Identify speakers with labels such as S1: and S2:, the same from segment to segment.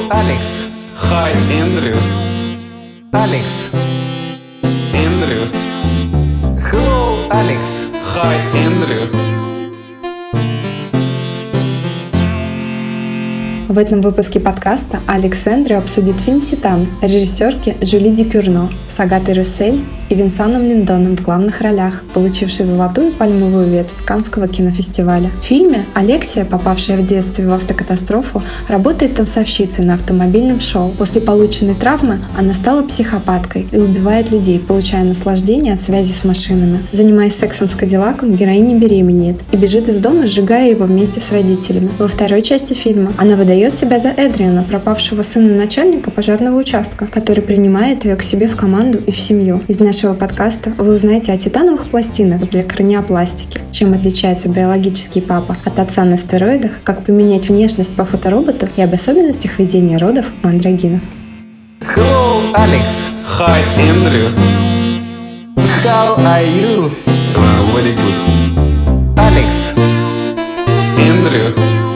S1: Alex. Hi, Andrew. Alex. Andrew. Hello, Alex. Hi, Andrew.
S2: В этом выпуске подкаста Алекс Эндрю обсудит фильм «Титан» режиссерки Жюли Дюкурно с Агатой Руссель и Винсаном Линдоном в главных ролях, получивший золотую пальмовую ветвь Каннского кинофестиваля. В фильме Алексия, попавшая в детстве в автокатастрофу, работает танцовщицей на автомобильном шоу. После полученной травмы она стала психопаткой и убивает людей, получая наслаждение от связи с машинами. Занимаясь сексом с Кадиллаком, героиня беременеет и бежит из дома, сжигая его вместе с родителями. Во второй части фильма она выдает себя за Эдриана, пропавшего сына начальника пожарного участка, который принимает ее к себе в команду и в семью. Из нашего подкаста вы узнаете о титановых пластинах для краниопластики, чем отличается биологический папа от отца на стероидах, как поменять внешность по фотороботу и об особенностях ведения родов у андрогинов.
S1: Hello, Alex. Hi, Andrew. How are you? Very good. Alex. Andrew.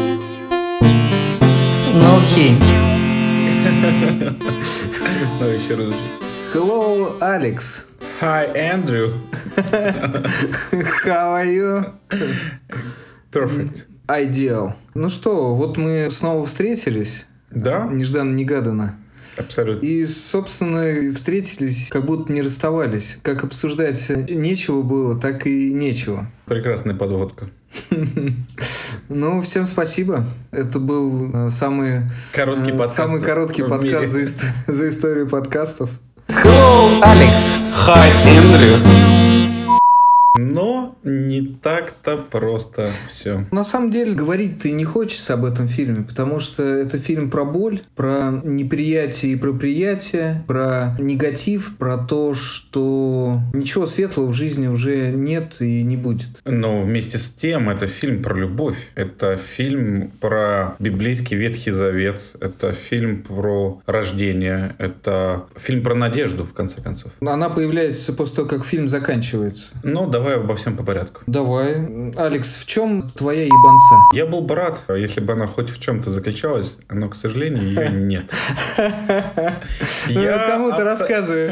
S1: Ну окей.
S3: Ну, еще раз.
S1: Hello, Alex.
S3: Hi, Andrew.
S1: How are you?
S3: Perfect.
S1: Ideal. Ну что, вот мы снова встретились.
S3: Да?
S1: Нежданно-негаданно.
S3: Абсолютно.
S1: И, собственно, встретились, как будто не расставались. Как обсуждать нечего было, так и нечего.
S3: Прекрасная подводка.
S1: Ну, всем спасибо. Это был самый короткий подкаст за историю подкастов. Hello, Alex. Hi, Andrew.
S3: Но не так-то просто все.
S1: На самом деле, говорить-то не хочется об этом фильме, потому что это фильм про боль, про неприятие и про приятие, про негатив, про то, что ничего светлого в жизни уже нет и не будет.
S3: Но вместе с тем это фильм про любовь. Это фильм про библейский Ветхий Завет. Это фильм про рождение. Это фильм про надежду, в конце концов.
S1: Она появляется после того, как фильм заканчивается.
S3: Ну, давай обо всем по порядку.
S1: Давай. Алекс, в чем твоя ебанца?
S3: Я был бы рад, если бы она хоть в чем-то заключалась, но, к сожалению, ее нет.
S1: Кому ты рассказываешь?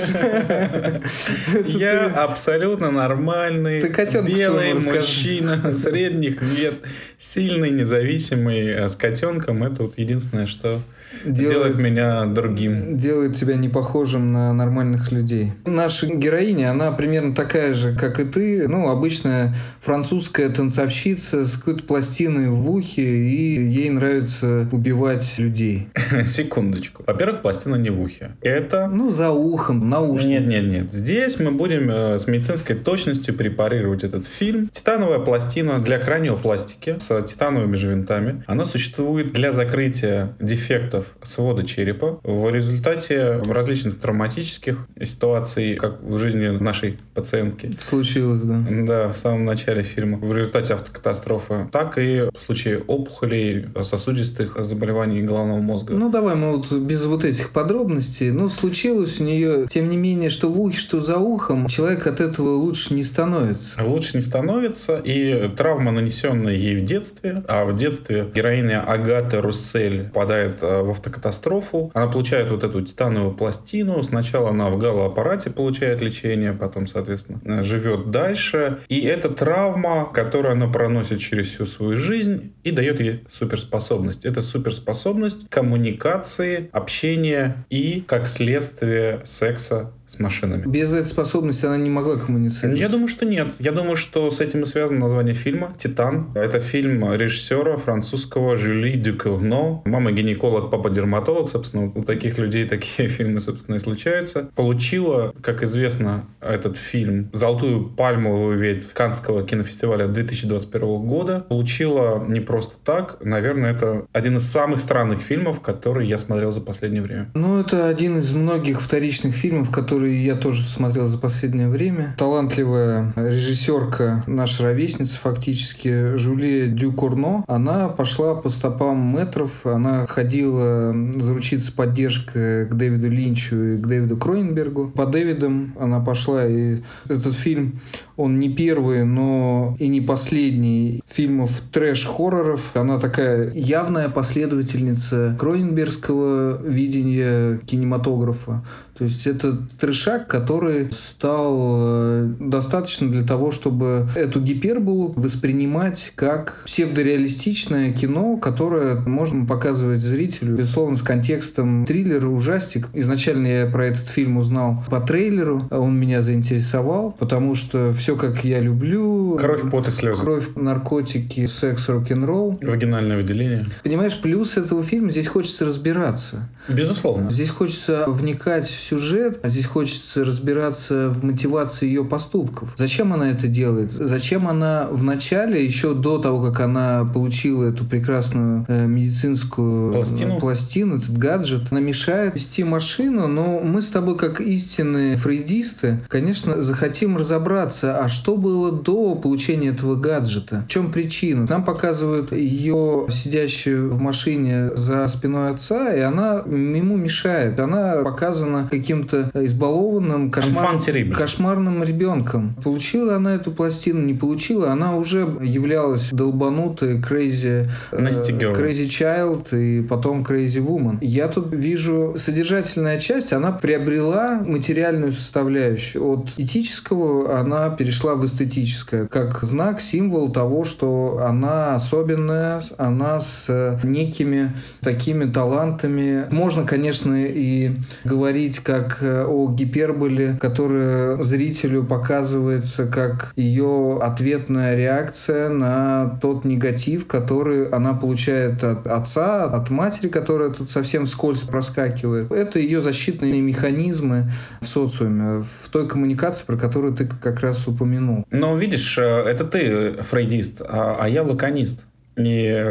S3: Я абсолютно нормальный, белый мужчина средних лет, сильный, независимый, с котенком. Это вот единственное, что делает меня другим.
S1: Делает тебя не похожим на нормальных людей. Наша героиня, она примерно такая же, как и ты. Ну, обычная французская танцовщица с какой-то пластиной в ухе, и ей нравится убивать людей.
S3: Секундочку. Во-первых, пластина не в ухе. Это...
S1: Ну, за ухом, наушник.
S3: Нет. Здесь мы будем с медицинской точностью препарировать этот фильм. Титановая пластина для краниопластики с титановыми же винтами. Она существует для закрытия дефектов свода черепа в результате различных травматических ситуаций, как в жизни нашей пациентки.
S1: Случилось, да.
S3: Да, в самом начале фильма. В результате автокатастрофы. Так и в случае опухолей, сосудистых заболеваний головного мозга.
S1: Ну, давай мы вот без вот этих подробностей. Ну, случилось у нее, тем не менее, что в ухе, что за ухом, человек от этого лучше не становится.
S3: Лучше не становится, и травма, нанесенная ей в детстве, а в детстве героиня Агата Руссель попадает в автокатастрофу. Она получает вот эту титановую пластину. Сначала она в галоаппарате получает лечение, потом, соответственно, живет дальше. И это травма, которую она проносит через всю свою жизнь и дает ей суперспособность. Это суперспособность коммуникации, общения и, как следствие, секса с машинами.
S1: Без этой способности она не могла коммуницировать?
S3: Я думаю, что нет. Я думаю, что с этим и связано название фильма «Титан». Это фильм режиссера французского Жюли Дюкурно. Мама гинеколог, папа дерматолог. Собственно, у таких людей такие фильмы, собственно, и случаются. Получила, как известно, этот фильм золотую пальмовую ветвь Каннского кинофестиваля 2021 года. Получила не просто так. Наверное, это один из самых странных фильмов, которые я смотрел за последнее время.
S1: Ну, это один из многих вторичных фильмов, которые я тоже смотрел за последнее время. Талантливая режиссерка, наша ровесница фактически, Жюли Дюкурно, она пошла по стопам мэтров, она ходила заручиться поддержкой к Дэвиду Линчу и к Дэвиду Кроненбергу. По Дэвидам она пошла, и этот фильм он не первый, но и не последний фильмов трэш-хорроров. Она такая явная последовательница кроненбергского видения кинематографа. То есть это трешак, который стал достаточно для того, чтобы эту гиперболу воспринимать как псевдореалистичное кино, которое можно показывать зрителю, безусловно, с контекстом триллера, ужастик. Изначально я про этот фильм узнал по трейлеру, он меня заинтересовал, потому что все, как я люблю.
S3: Кровь, пот и слезы.
S1: Кровь, наркотики, секс, рок-н-ролл.
S3: Вагинальное выделение.
S1: Понимаешь, плюс этого фильма, здесь хочется разбираться.
S3: Безусловно.
S1: Здесь хочется вникать в сюжет, а здесь хочется разбираться в мотивации ее поступков. Зачем она это делает? Зачем она в начале, еще до того, как она получила эту прекрасную медицинскую пластину, этот гаджет, она мешает вести машину, но мы с тобой, как истинные фрейдисты, конечно, захотим разобраться, а что было до получения этого гаджета? В чем причина? Нам показывают ее сидящую в машине за спиной отца, и она ему мешает. Она показана каким-то избалованным, кошмарным ребенком. Получила она эту пластину, не получила, она уже являлась долбанутой crazy child и потом crazy woman. Я тут вижу содержательная часть, она приобрела материальную составляющую. От этического она перешла в эстетическое, как знак, символ того, что она особенная, она с некими такими талантами. Можно, конечно, и говорить как о гиперболе, которая зрителю показывается как ее ответная реакция на тот негатив, который она получает от отца, от матери, которая тут совсем вскользь проскакивает. Это ее защитные механизмы в социуме, в той коммуникации, про которую ты как раз упомянул.
S3: Но видишь, это ты фрейдист, а я лаконист. И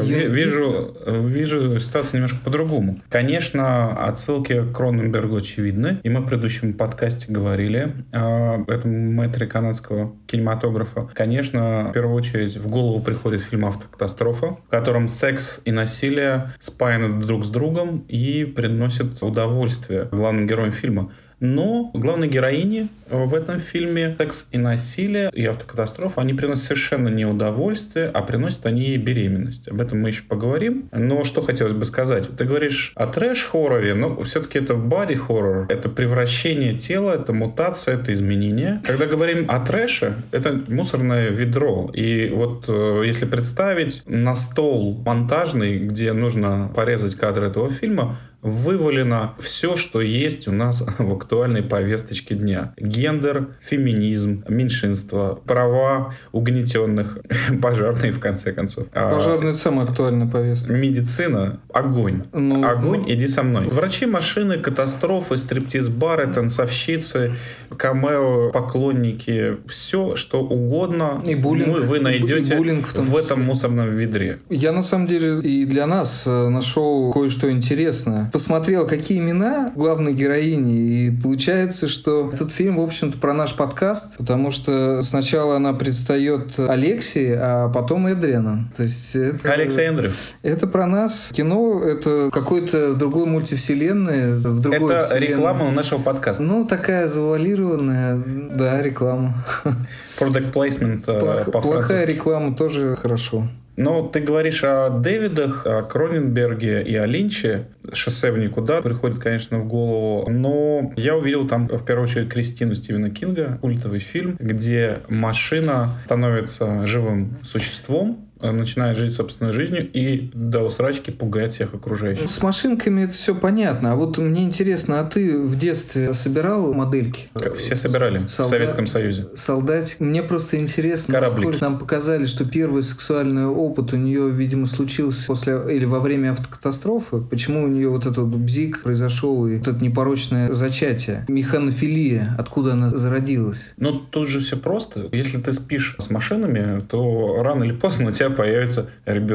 S3: вижу ситуацию немножко по-другому. Конечно, отсылки к Кроненбергу очевидны. И мы в предыдущем подкасте говорили об этом мэтре канадского кинематографа. Конечно, в первую очередь в голову приходит фильм «Автокатастрофа», в котором секс и насилие спаяны друг с другом и приносят удовольствие главным героям фильма. Но главной героине в этом фильме секс и насилие и автокатастрофа, они приносят совершенно не удовольствие, а приносят они ей беременность. Об этом мы еще поговорим. Но что хотелось бы сказать? Ты говоришь о трэш-хорроре, но все-таки это боди-хоррор. Это превращение тела, это мутация, это изменение. Когда говорим о трэше, это мусорное ведро. И вот если представить на стол монтажный, где нужно порезать кадры этого фильма, вывалено все, что есть у нас в актуальной повесточке дня. Гендер, феминизм, меньшинство, права угнетенных, пожарные, в конце концов.
S1: Пожарные — это самая актуальная повестка.
S3: Медицина, огонь. Огонь, иди со мной. Врачи, машины, катастрофы, стриптиз-бары, танцовщицы, камео, поклонники, все, что угодно,
S1: и буллинг,
S3: вы найдете в этом мусорном ведре.
S1: Я, на самом деле, и для нас нашел кое-что интересное. Посмотрел, какие имена главной героини, и получается, что этот фильм, в общем-то, про наш подкаст, потому что сначала она предстает Алексей, а потом Эдрианом. То есть это...
S3: Алексей Эндрю.
S1: Это про нас. Кино — это какой-то другой мультивселенной, в другой
S3: это
S1: вселенной.
S3: Реклама нашего подкаста.
S1: Ну, такая завуалированная, да, реклама.
S3: Product placement по-французски.
S1: Плохая реклама тоже хорошо.
S3: Но ты говоришь о Дэвидах, о Кроненберге и о Линче. «Шоссе в никуда» приходит, конечно, в голову. Но я увидел там, в первую очередь, «Кристину» Стивена Кинга, культовый фильм, где машина становится живым существом, начинает жить собственной жизнью и до усрачки пугает всех окружающих.
S1: С машинками это все понятно. А вот мне интересно, а ты в детстве собирал модельки?
S3: Все собирали в Советском Союзе.
S1: Солдатик. Мне просто интересно, насколько нам показали, что первый сексуальный опыт у нее, видимо, случился после или во время автокатастрофы. Почему у нее вот этот бзик произошел и вот это непорочное зачатие? Механофилия. Откуда она зародилась?
S3: Ну, тут же все просто. Если ты спишь с машинами, то рано или поздно у тебя появится ребенок.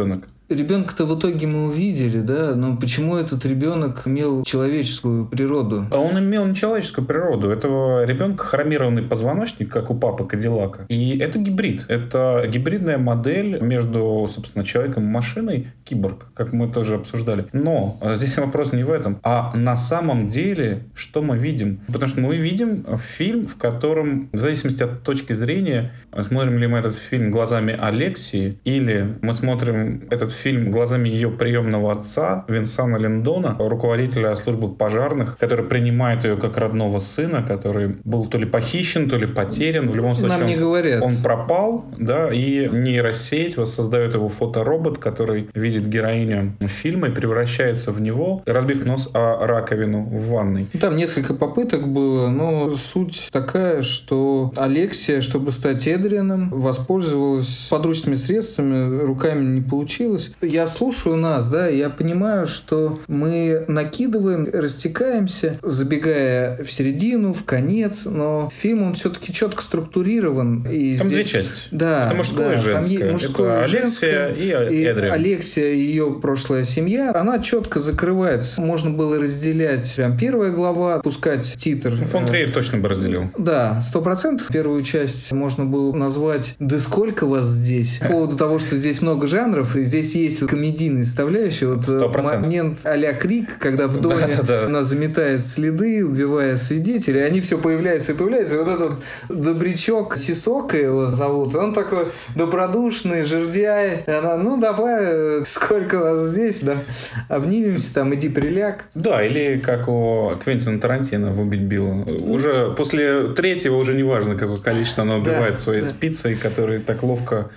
S1: Ребенка-то в итоге мы увидели, да, но почему этот ребенок имел человеческую природу?
S3: А он имел не человеческую природу. У этого ребенка хромированный позвоночник, как у папы Кадиллака. И это гибрид. Это гибридная модель между, собственно, человеком и машиной, киборг, как мы тоже обсуждали. Но здесь вопрос не в этом. А на самом деле, что мы видим? Потому что мы видим фильм, в котором, в зависимости от точки зрения, смотрим ли мы этот фильм глазами Алексии, или мы смотрим этот фильм глазами ее приемного отца Винсана Линдона, руководителя службы пожарных, который принимает ее как родного сына, который был то ли похищен, то ли потерян. В любом случае,
S1: Нам не говорят.
S3: Он пропал, да, и нейросеть воссоздает его фоторобот, который видит героиню фильма и превращается в него, разбив нос о раковину в ванной.
S1: Там несколько попыток было, но суть такая, что Алексия, чтобы стать Эдрианом, воспользовалась подручными средствами, руками не получилось. Я слушаю нас, да, я понимаю, что мы накидываем, растекаемся, забегая в середину, в конец, но фильм, он все-таки четко структурирован. И
S3: там
S1: здесь...
S3: две части.
S1: Да.
S3: Это мужское и женское.
S1: Мужское
S3: это Алексия и Эдриан.
S1: Алексия, ее прошлая семья, она четко закрывается. Можно было разделять прям первая глава, пускать титр.
S3: Фон Триер точно бы разделил.
S1: Да, 100%. Первую часть можно было назвать «Да сколько вас здесь?» По поводу того, что здесь много жанров, и здесь есть комедийная составляющая. Вот
S3: 100%.
S1: Момент а-ля Крик, когда в доме она заметает следы, убивая свидетелей, они все появляются и появляются. И вот этот добрячок, Сисока его зовут, он такой добродушный, жердяй. И она, ну давай, сколько вас здесь, да, обнимемся, там, иди приляг.
S3: Да, или как у Квентина Тарантино в «Убить Билла». Уже после третьего уже не важно, какое количество она убивает своей спицей, которая так ловко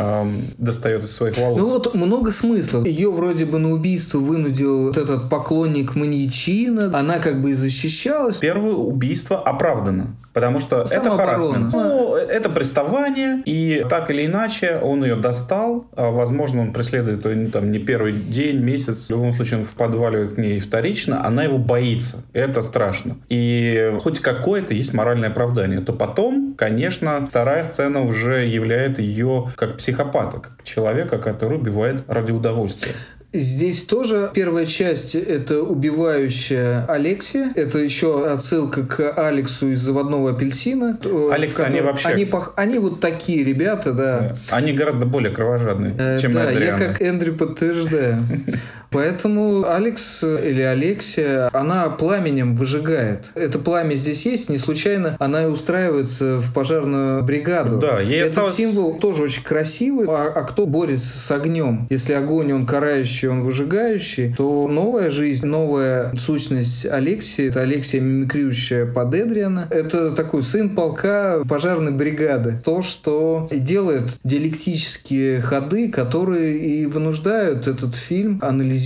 S3: достает из своих волос.
S1: Ну вот много смысла. Ее вроде бы на убийство вынудил вот этот поклонник маньячина. Она как бы и защищалась.
S3: Первое убийство оправдано, потому что это харассмент. Ну, это приставание, и так или иначе он ее достал. Возможно, он преследует ее там не первый день, месяц. В любом случае, он подваливает к ней вторично. Она его боится. Это страшно. И хоть какое-то есть моральное оправдание. То потом, конечно, вторая сцена уже являет ее как психопата, как человека, который убивает ради удовольствия.
S1: Здесь тоже первая часть — это убивающая Алексия. Это еще отсылка к Алексу из «Заводного апельсина».
S3: Алекс, они вообще...
S1: Они вот такие ребята, да.
S3: Они гораздо более кровожадные, чем Эдриан.
S1: Да, я как Эндрю подтверждаю. Поэтому Алекс или Алексия, она пламенем выжигает. Это пламя здесь есть, не случайно она и устраивается в пожарную бригаду.
S3: Да,
S1: Этот символ тоже очень красивый. А кто борется с огнем? Если огонь, он карающий, он выжигающий, то новая жизнь, новая сущность Алексии, это Алексия, мимикрирующая под Эдриана, это такой сын полка пожарной бригады. То, что делает диалектические ходы, которые и вынуждают этот фильм анализировать,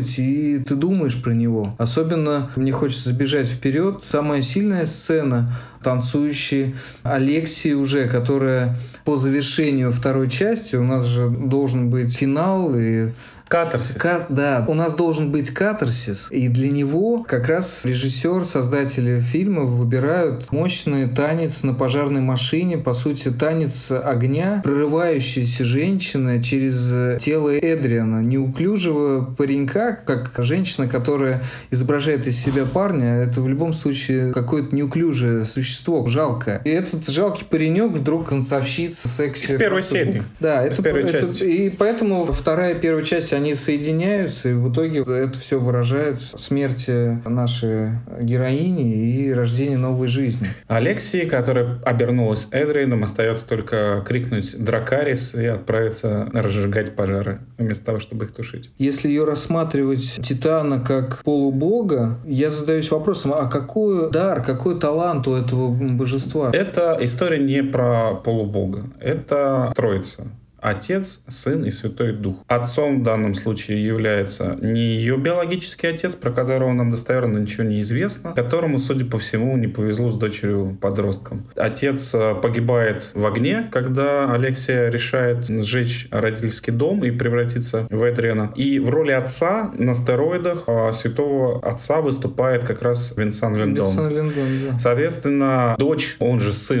S1: и ты думаешь про него. Особенно мне хочется забежать вперед. Самая сильная сцена танцующей Алексии уже, которая по завершению второй части, у нас же должен быть финал и
S3: катарсис.
S1: Да, у нас должен быть катарсис. И для него как раз режиссер, создатели фильма выбирают мощный танец на пожарной машине, по сути, танец огня, прорывающаяся женщина через тело Эдриана, неуклюжего паренька, как женщина, которая изображает из себя парня, это в любом случае какое-то неуклюжее существо, жалкое. И этот жалкий паренек вдруг танцовщица, секси.
S3: Из первой серии.
S1: Да,
S3: это первая часть.
S1: И поэтому вторая и первая часть, они соединяются, и в итоге это все выражается в смерти нашей героини и рождении новой жизни.
S3: Алексии, которая обернулась Эдрианом, остается только крикнуть «Дракарис» и отправиться разжигать пожары, вместо того, чтобы их тушить.
S1: Если ее рассматривать Титана как полубога, я задаюсь вопросом, а какой дар, какой талант у этого божества?
S3: Эта история не про полубога, это Троица. Отец, Сын и Святой Дух. Отцом в данном случае является не ее биологический отец, про которого нам достоверно ничего не известно, которому, судя по всему, не повезло с дочерью-подростком. Отец погибает в огне, когда Алексия решает сжечь родительский дом и превратиться в Эдриана. И в роли отца на стероидах святого отца выступает как раз Винсан Линдон.
S1: Да.
S3: Соответственно, дочь, он же сын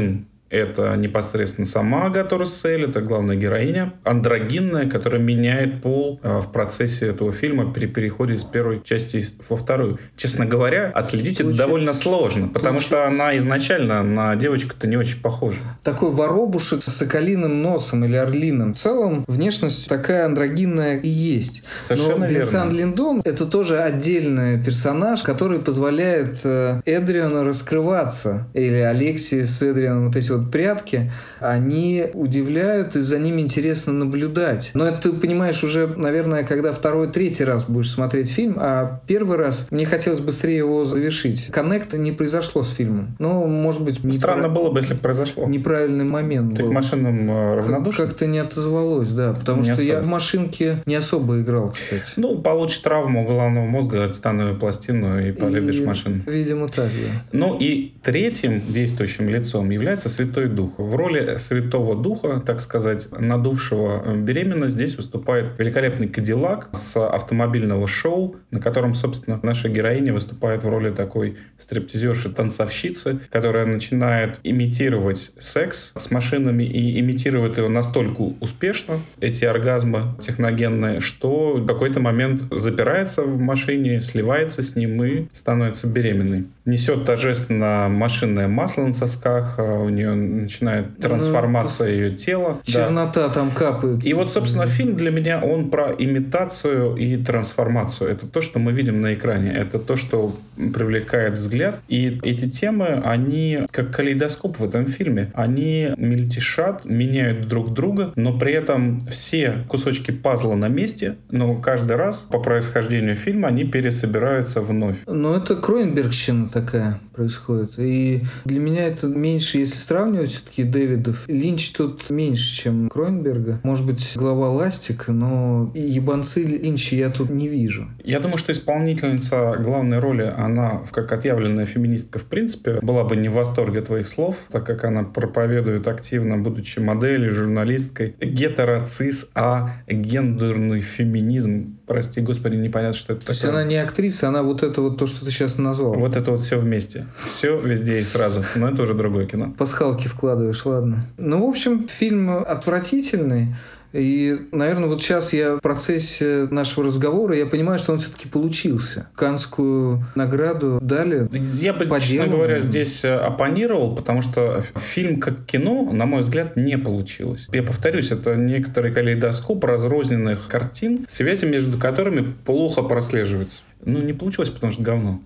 S3: Это непосредственно сама Агата Руссель, это главная героиня, андрогинная, которая меняет пол в процессе этого фильма при переходе из первой части во вторую. Честно говоря, отследить это довольно сложно, потому что она изначально на девочку-то не очень похожа.
S1: Такой воробушек с соколиным носом или орлиным. В целом, внешность такая андрогинная и есть.
S3: Совершенно верно.
S1: Винсан Линдон — это тоже отдельный персонаж, который позволяет Эдриану раскрываться. Или Алексии с Эдрианом, вот эти вот прятки, они удивляют, и за ними интересно наблюдать. Но это ты понимаешь уже, наверное, когда второй, третий раз будешь смотреть фильм, а первый раз мне хотелось быстрее его завершить. Коннект не произошло с фильмом. Ну, может быть...
S3: Странно было бы, если бы произошло.
S1: Неправильный момент
S3: Ты
S1: был.
S3: к машинам равнодушен?
S1: Как-то не отозвалось, да. Потому что я в машинке не особо играл, кстати.
S3: Ну, получишь травму головного мозга, титановую пластину и полюбишь машину.
S1: Видимо, так, да.
S3: Ну и третьим действующим лицом является Святой Дух. В роли Святого Духа, так сказать, надувшего беременность, здесь выступает великолепный Кадиллак с автомобильного шоу, на котором, собственно, наша героиня выступает в роли такой стриптизерши-танцовщицы, которая начинает имитировать секс с машинами и имитирует его настолько успешно, эти оргазмы техногенные, что в какой-то момент запирается в машине, сливается с ним и становится беременной. Несет торжественно машинное масло на сосках, у нее начинает трансформация ее тела.
S1: Чернота там капает.
S3: И вот, собственно, фильм для меня, он про имитацию и трансформацию. Это то, что мы видим на экране. Это то, что привлекает взгляд. И эти темы, они как калейдоскоп в этом фильме. Они мельтешат, меняют друг друга, но при этом все кусочки пазла на месте, но каждый раз по происхождению фильма они пересобираются вновь.
S1: Но это Кроненбергщина такая происходит. И для меня это меньше, если сравнивать все-таки Дэвидов. Линч тут меньше, чем Кроненберга. Может быть, глава ластик, но ебанцы Линча я тут не вижу.
S3: Я думаю, что исполнительница главной роли, она, как отъявленная феминистка, в принципе, была бы не в восторге твоих слов, так как она проповедует активно, будучи моделью, журналисткой, гетероцис, гендерный феминизм. Прости, господи, непонятно, что это такое.
S1: То есть она не актриса, она вот это вот то, что ты сейчас назвал.
S3: Вот это вот все вместе. Все везде и сразу. Но это уже другое кино.
S1: Пасхалки вкладываешь, ладно. Ну, в общем, фильм отвратительный. И, наверное, вот сейчас я в процессе нашего разговора, я понимаю, что он все-таки получился. Каннскую награду дали.
S3: Я бы, честно говоря, здесь оппонировал, потому что фильм как кино, на мой взгляд, не получилось. Я повторюсь, это некоторый калейдоскоп разрозненных картин, связи между которыми плохо прослеживаются. Ну, не получилось, потому что говно.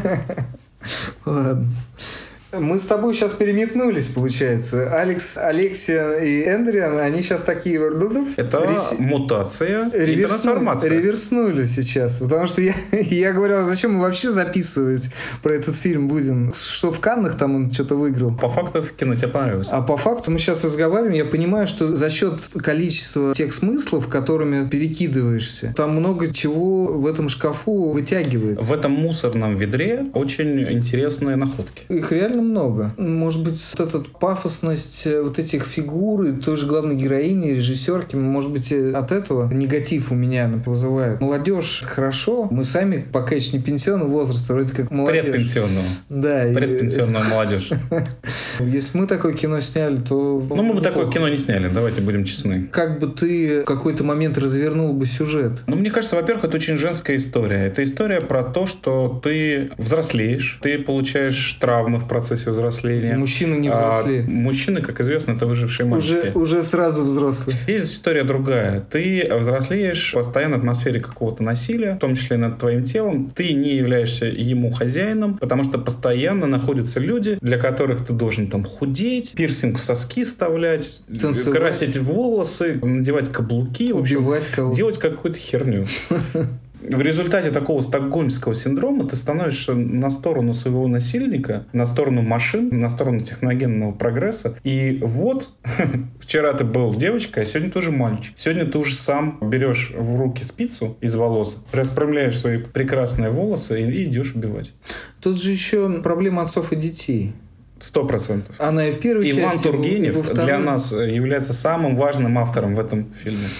S1: Ладно. Мы с тобой сейчас переметнулись, получается. Алексия и Эдриан, они сейчас такие...
S3: Это мутация и трансформация.
S1: Реверснули сейчас. Потому что я говорил, зачем мы вообще записывать про этот фильм будем? Что в Каннах там он что-то выиграл.
S3: По факту в кино тебе понравилось.
S1: А по факту мы сейчас разговариваем, я понимаю, что за счет количества тех смыслов, которыми перекидываешься, там много чего в этом шкафу вытягивается.
S3: В этом мусорном ведре очень интересные находки.
S1: Их реально много. Может быть, вот эта пафосность вот этих фигур и той же главной героини, режиссерки, может быть, от этого негатив у меня вызывает. Молодежь хорошо, мы сами пока еще не пенсионного возраста, вроде как молодежь.
S3: Предпенсионного.
S1: Да.
S3: Предпенсионная молодежь.
S1: Если мы такое кино сняли, то...
S3: Ну, мы бы такое кино не сняли, давайте будем честны.
S1: Как бы ты в какой-то момент развернул бы сюжет?
S3: Ну, мне кажется, во-первых, это очень женская история. Это история про то, что ты взрослеешь, ты получаешь травмы в процессе взросления.
S1: Мужчина не взрослеет.
S3: Мужчины, как известно, это выжившие мальчики.
S1: Уже сразу взрослый.
S3: Есть история другая. Ты взрослеешь в постоянной атмосфере какого-то насилия, в том числе над твоим телом. Ты не являешься ему хозяином, потому что постоянно находятся люди, для которых ты должен там худеть, пирсинг в соски вставлять, танцевать, красить волосы, надевать каблуки,
S1: убивать кого-то,
S3: делать какую-то херню. В результате такого стокгольмского синдрома ты становишься на сторону своего насильника, на сторону машин, на сторону техногенного прогресса. И вот, вчера ты был девочкой, а сегодня ты уже мальчик. Сегодня ты уже сам берешь в руки спицу из волос, распрямляешь свои прекрасные волосы и идешь убивать.
S1: Тут же еще проблема отцов и детей.
S3: 100%.
S1: Она и в первой части,
S3: Иван Тургенев
S1: и во второй.
S3: Для нас является самым важным автором в этом фильме.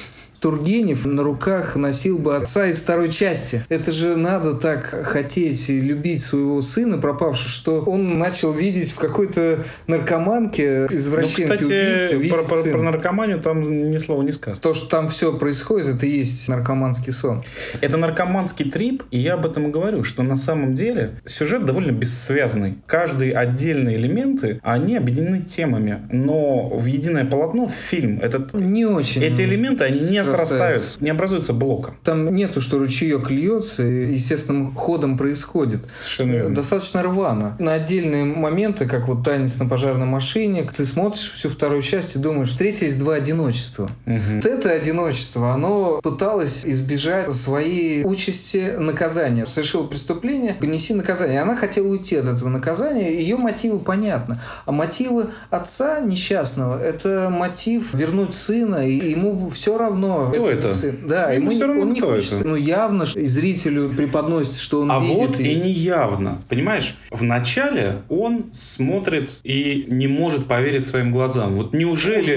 S1: Тургенев на руках носил бы отца из второй части. Это же надо так хотеть и любить своего сына пропавшего, что он начал видеть в какой-то наркоманке, извращенке, убийце,
S3: про наркоманию там ни слова не сказано.
S1: То, что там все происходит, это и есть наркоманский сон.
S3: Это наркоманский трип, и я об этом и говорю, что на самом деле сюжет довольно бессвязный. Каждые отдельные элементы, они объединены темами, но в единое полотно, в фильм,
S1: не очень
S3: эти элементы, они не срастаются, не образуются блоком.
S1: Там нету, что ручеек льется, естественным ходом происходит.
S3: Совершенно
S1: достаточно рвано. На отдельные моменты, как вот танец на пожарной машине, ты смотришь всю вторую часть и думаешь, третья есть два одиночества. Вот это одиночество, оно пыталось избежать своей участи наказания. Совершила преступление, понеси наказание. Она хотела уйти от этого наказания, ее мотивы понятны. А мотивы отца несчастного, это мотив вернуть сына, и ему все равно.
S3: Кто это?
S1: Сын. Да,
S3: ему все равно,
S1: он не хочет.
S3: Это?
S1: Ну, явно, и зрителю преподносит, что он видит.
S3: Вот и не явно. Понимаешь, вначале он смотрит и не может поверить своим глазам. Вот неужели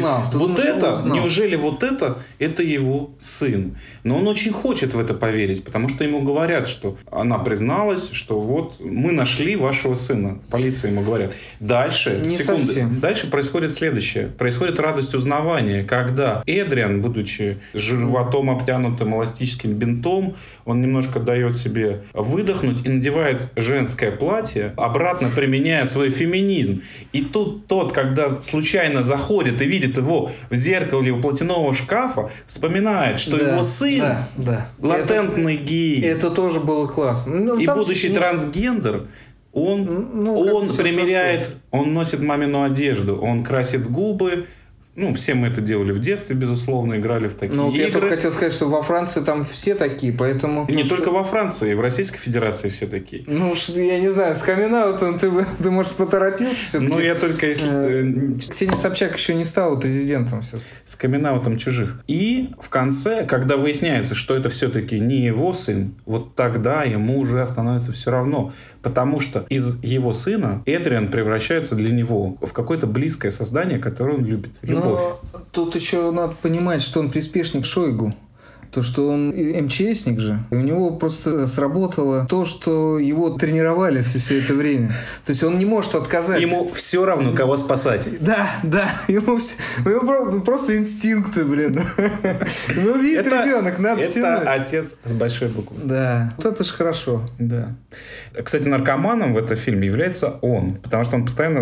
S3: неужели вот это его сын? Но он очень хочет в это поверить, потому что ему говорят, что она призналась, что вот мы нашли вашего сына. Полиция ему говорят. Дальше, дальше происходит следующее. Происходит радость узнавания, когда Эдриан, будучи животом обтянутым эластическим бинтом, он немножко дает себе выдохнуть и надевает женское платье, обратно применяя свой феминизм. И тут тот, когда случайно заходит и видит его в зеркале у платяного шкафа, вспоминает, что его сын латентный гей.
S1: Это тоже было классно.
S3: И будущий трансгендер, он примеряет, он носит мамину одежду, он красит губы. Ну, все мы это делали в детстве, безусловно, играли в такие игры.
S1: Я только хотел сказать, что во Франции там все такие, поэтому...
S3: Не только во Франции, и в Российской Федерации все такие.
S1: Ну, я не знаю, с камин-аутом ты, может, поторопился все-таки?
S3: Ну, я только если...
S1: Ксения Собчак еще не стала президентом все-таки.
S3: С камин-аутом чужих. И в конце, когда выясняется, что это все-таки не его сын, вот тогда ему уже становится все равно. Потому что из его сына Эдриан превращается для него в какое-то близкое создание, которое он любит. Любовь.
S1: Но тут еще надо понимать, что он приспешник Шойгу. То, что он МЧСник же. И у него просто сработало то, что его тренировали все это время. То есть он не может отказать.
S3: Ему все равно, кого спасать.
S1: Да. Ему просто инстинкты, блин. Ну, видит ребенок, надо тянуть.
S3: Это отец с большой буквы.
S1: Да. Вот это ж хорошо.
S3: Да. Кстати, наркоманом в этом фильме является он. Потому что он постоянно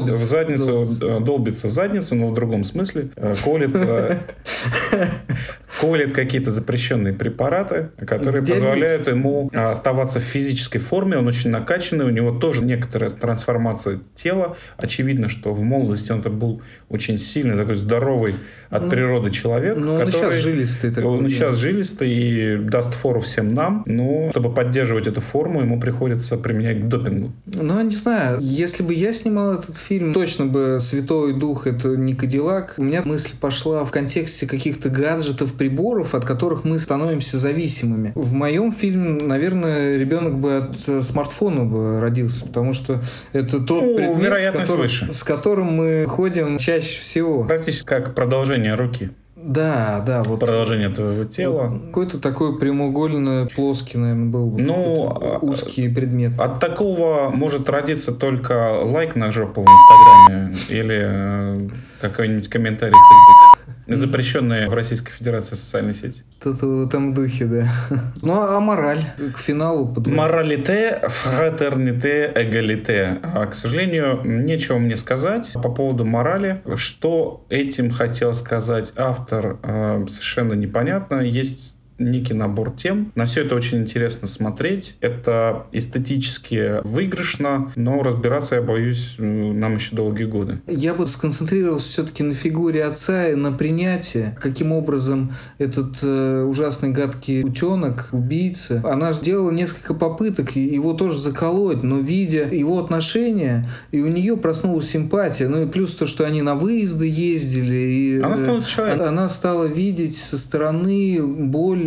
S3: долбится в задницу, но в другом смысле. Колет какие-то запрещенные препараты, которые позволяют ему оставаться в физической форме. Он очень накачанный, у него тоже некоторая трансформация тела. Очевидно, что в молодости он был очень сильный, такой здоровый от природы человек.
S1: Ну, он сейчас жилистый.
S3: Он сейчас жилистый и даст фору всем нам. Но чтобы поддерживать эту форму, ему приходится применять допингу.
S1: Ну, не знаю. Если бы я снимал этот фильм, точно бы «Святой Дух» — это не Кадиллак. У меня мысль пошла в контексте каких-то гаджетов, приборов, от которых мы становимся зависимыми. В моем фильме, наверное, ребенок бы от смартфона бы родился, потому что это тот предмет, с которым мы ходим чаще всего.
S3: Практически как продолжение руки.
S1: Да, вот
S3: продолжение твоего тела.
S1: Вот какой-то такой прямоугольно плоский, наверное, был бы узкий предмет.
S3: От такого может родиться только лайк на жопу в Инстаграме или какой-нибудь комментарий в Фейсбуке. Запрещенные в Российской Федерации социальные сети.
S1: Тут в этом духе, да. Ну, а мораль к финалу?
S3: Моралите, фратерните, эгалите. К сожалению, нечего мне сказать по поводу морали. Что этим хотел сказать автор, совершенно непонятно. Есть некий набор тем. На все это очень интересно смотреть. Это эстетически выигрышно, но разбираться, я боюсь, нам еще долгие годы.
S1: Я бы сконцентрировался все-таки на фигуре отца и на принятии. Каким образом этот ужасный гадкий утенок, убийца, она сделала несколько попыток его тоже заколоть, но видя его отношения, и у нее проснулась симпатия. Ну и плюс то, что они на выезды ездили. И
S3: она становится человеком.
S1: Она стала видеть со стороны боль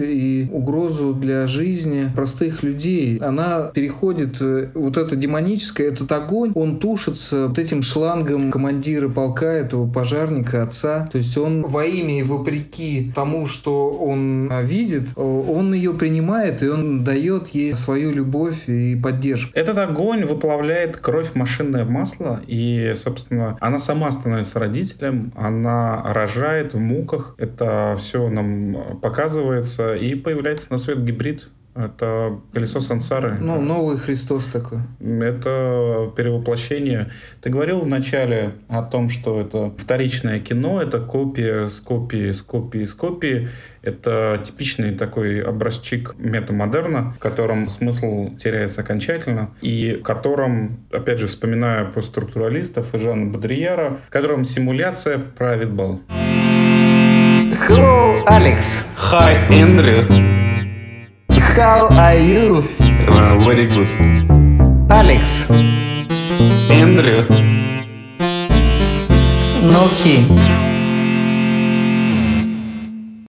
S1: и угрозу для жизни простых людей. Она переходит, вот это демоническое, этот огонь, он тушится вот этим шлангом командира полка, этого пожарника, отца. То есть он во имя и вопреки тому, что он видит, он ее принимает, и он дает ей свою любовь и поддержку.
S3: Этот огонь выплавляет кровь в машинное масло, и, собственно, она сама становится родителем, она рожает в муках, это все нам показывается, и появляется на свет гибрид. Это колесо сансары.
S1: Новый Христос такой.
S3: Это перевоплощение. Ты говорил вначале о том, что это вторичное кино, это копия с копии. Это типичный такой образчик метамодерна, в котором смысл теряется окончательно, и в котором, опять же, вспоминая постструктуралистов и Жана Бодрияра, в котором симуляция правит бал.
S4: Hello, Alex.
S5: Hi, Andrew.
S4: How are you?
S5: Very good.
S4: Alex.
S5: Andrew.
S4: Ноки.